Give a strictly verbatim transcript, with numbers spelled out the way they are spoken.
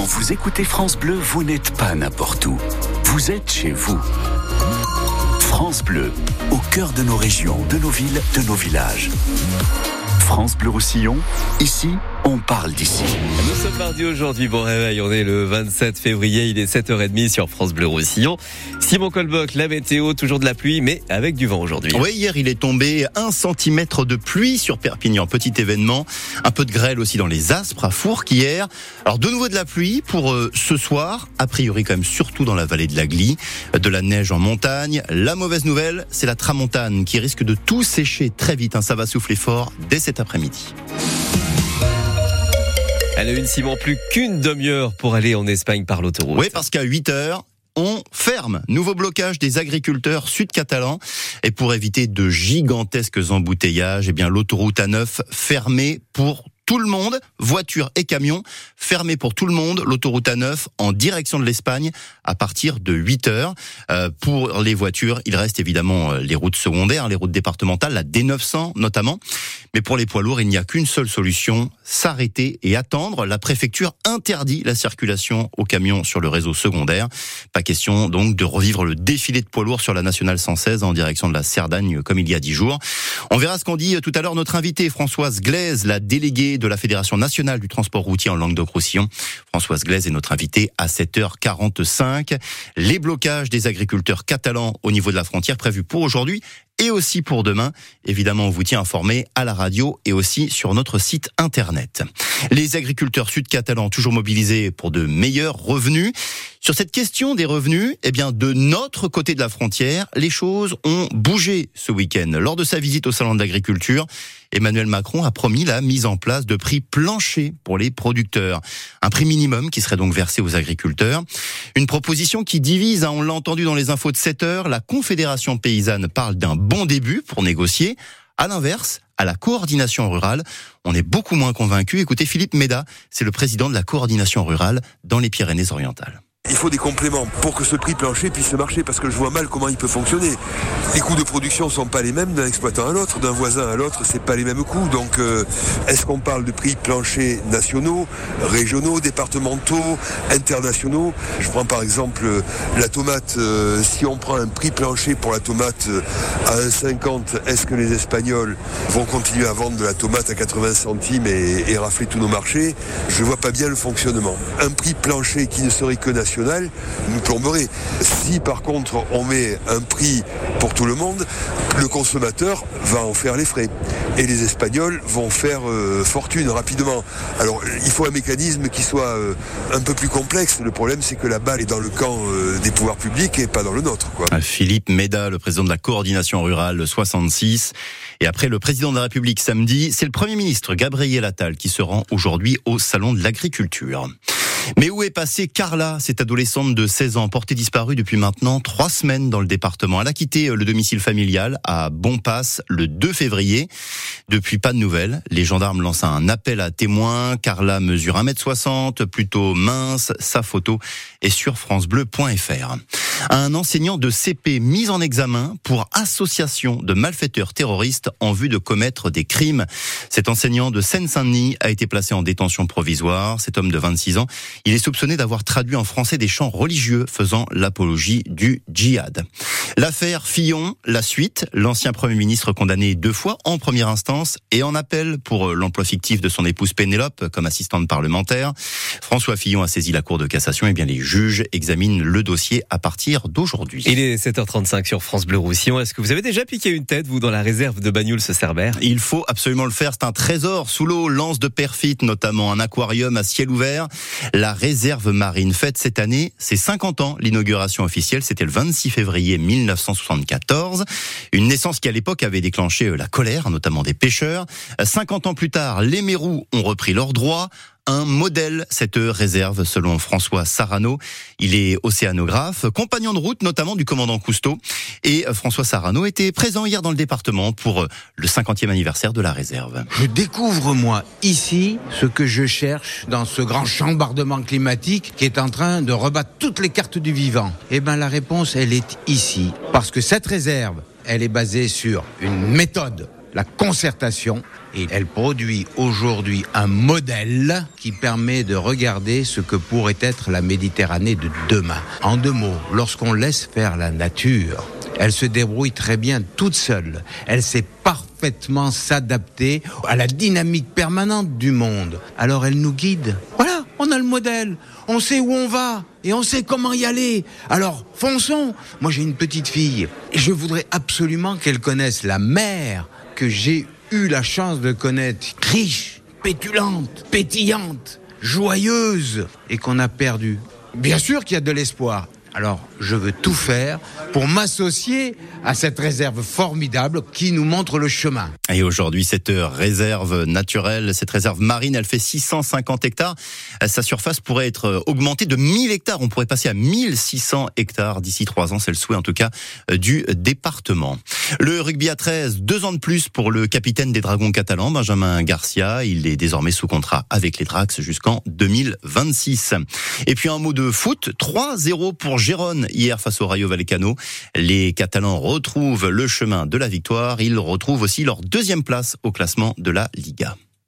Quand vous écoutez France Bleu, vous n'êtes pas n'importe où. Vous êtes chez vous. France Bleu, au cœur de nos régions, de nos villes, de nos villages. France Bleu Roussillon, ici, on parle d'ici. Nous sommes mardi aujourd'hui, bon réveil, on est le vingt-sept février, il est sept heures trente sur France Bleu Roussillon. Simon Colboc, la météo, toujours de la pluie, mais avec du vent aujourd'hui. Oui, hier il est tombé un centimètre de pluie sur Perpignan, petit événement. Un peu de grêle aussi dans les Aspres, à Fourques hier. Alors de nouveau de la pluie pour euh, ce soir, a priori quand même surtout dans la vallée de la Glie. De la neige en montagne. La mauvaise nouvelle, c'est la tramontane qui risque de tout sécher très vite. Hein. Ça va souffler fort dès cet après-midi. Elle a une Simon, plus qu'une demi-heure pour aller en Espagne par l'autoroute. Oui, parce qu'à huit heures, on ferme. Nouveau blocage des agriculteurs sud-catalans. Et pour éviter de gigantesques embouteillages, eh bien, l'autoroute A neuf fermée pour tout le monde, voitures et camions, fermés pour tout le monde, l'autoroute A neuf en direction de l'Espagne à partir de huit heures. Euh, pour les voitures, il reste évidemment les routes secondaires, les routes départementales, la D neuf cents notamment. Mais pour les poids lourds, il n'y a qu'une seule solution, s'arrêter et attendre. La préfecture interdit la circulation aux camions sur le réseau secondaire. Pas question donc de revivre le défilé de poids lourds sur la nationale cent seize en direction de la Cerdagne comme il y a dix jours. On verra ce qu'en dit tout à l'heure notre invitée Françoise Glaise, la déléguée de la Fédération nationale du transport routier en Languedoc-Roussillon. Françoise Glaise est notre invitée à sept heures quarante-cinq. Les blocages des agriculteurs catalans au niveau de la frontière prévus pour aujourd'hui et aussi pour demain. Évidemment, on vous tient informé à la radio et aussi sur notre site internet. Les agriculteurs sud-catalans toujours mobilisés pour de meilleurs revenus. Sur cette question des revenus, eh bien, de notre côté de la frontière, les choses ont bougé ce week-end. Lors de sa visite au Salon de l'Agriculture, Emmanuel Macron a promis la mise en place de prix planchers pour les producteurs. Un prix minimum qui serait donc versé aux agriculteurs. Une proposition qui divise, hein, on l'a entendu dans les infos de sept heures, la Confédération paysanne parle d'un bon début pour négocier. À l'inverse, à la coordination rurale, on est beaucoup moins convaincu. Écoutez, Philippe Méda, c'est le président de la coordination rurale dans les Pyrénées-Orientales. Il faut des compléments pour que ce prix plancher puisse marcher, parce que je vois mal comment il peut fonctionner. Les coûts de production sont pas les mêmes d'un exploitant à l'autre, d'un voisin à l'autre, c'est pas les mêmes coûts. Donc, euh, est-ce qu'on parle de prix planchers nationaux, régionaux, départementaux, internationaux? Je prends par exemple la tomate. Euh, si on prend un prix plancher pour la tomate à un euro cinquante, est-ce que les Espagnols vont continuer à vendre de la tomate à quatre-vingts centimes et, et rafler tous nos marchés? Je vois pas bien le fonctionnement. Un prix plancher qui ne serait que national nous plomberait. Si par contre on met un prix pour tout le monde, le consommateur va en faire les frais. Et les Espagnols vont faire euh, fortune rapidement. Alors il faut un mécanisme qui soit euh, un peu plus complexe. Le problème c'est que la balle est dans le camp euh, des pouvoirs publics et pas dans le nôtre, quoi. Philippe Méda, le président de la coordination rurale soixante-six. Et après le président de la République samedi, c'est le Premier ministre Gabriel Attal qui se rend aujourd'hui au Salon de l'Agriculture. Mais où est passée Carla, cette adolescente de seize ans, portée disparue depuis maintenant trois semaines dans le département? Elle a quitté le domicile familial à Bonpass le deux février. Depuis, pas de nouvelles. Les gendarmes lancent un appel à témoins. Carla mesure un mètre soixante, plutôt mince. Sa photo est sur francebleu point f r. Un enseignant de C P mis en examen pour association de malfaiteurs terroristes en vue de commettre des crimes. Cet enseignant de Seine-Saint-Denis a été placé en détention provisoire. Cet homme de vingt-six ans, il est soupçonné d'avoir traduit en français des chants religieux faisant l'apologie du djihad. L'affaire Fillon, la suite. L'ancien Premier ministre condamné deux fois en première instance et en appel pour l'emploi fictif de son épouse Pénélope comme assistante parlementaire. François Fillon a saisi la Cour de cassation. Et bien les juges examinent le dossier à partir d'aujourd'hui. Il est sept heures trente-cinq sur France Bleu Roussillon. Est-ce que vous avez déjà piqué une tête, vous, dans la réserve de Bagnoul-Cerbère? Il faut absolument le faire. C'est un trésor sous l'eau, lance de perfit, notamment un aquarium à ciel ouvert. La réserve marine fête cette année ses cinquante ans. L'inauguration officielle, c'était le vingt-six février mille neuf cent soixante-quatorze. Une naissance qui, à l'époque, avait déclenché la colère, notamment des pêcheurs. cinquante ans plus tard, les mérous ont repris leurs droits. Un modèle, cette réserve, selon François Sarano. Il est océanographe, compagnon de route notamment du commandant Cousteau. Et François Sarano était présent hier dans le département pour le cinquantième anniversaire de la réserve. Je découvre, moi, ici, ce que je cherche dans ce grand chambardement climatique qui est en train de rebattre toutes les cartes du vivant. Eh bien, la réponse, elle est ici. Parce que cette réserve, elle est basée sur une méthode la concertation. Et elle produit aujourd'hui un modèle qui permet de regarder ce que pourrait être la Méditerranée de demain. En deux mots, lorsqu'on laisse faire la nature, elle se débrouille très bien toute seule. Elle sait parfaitement s'adapter à la dynamique permanente du monde. Alors elle nous guide. Voilà, on a le modèle. On sait où on va et on sait comment y aller. Alors fonçons. Moi j'ai une petite fille et je voudrais absolument qu'elle connaisse la mer que j'ai eu la chance de connaître, riche, pétulante, pétillante, joyeuse, et qu'on a perdue. Bien sûr qu'il y a de l'espoir. Alors, je veux tout faire pour m'associer à cette réserve formidable qui nous montre le chemin. Et aujourd'hui, cette réserve naturelle, cette réserve marine, elle fait six cent cinquante hectares. Sa surface pourrait être augmentée de mille hectares. On pourrait passer à mille six cents hectares d'ici trois ans. C'est le souhait, en tout cas, du département. Le rugby à treize, deux ans de plus pour le capitaine des Dragons catalans, Benjamin Garcia. Il est désormais sous contrat avec les Drax jusqu'en deux mille vingt-six. Et puis un mot de foot, trois zéro pour Gérone hier face au Rayo Vallecano. Les Catalans retrouvent le chemin de la victoire. Ils retrouvent aussi leur deuxième place au classement de la Liga.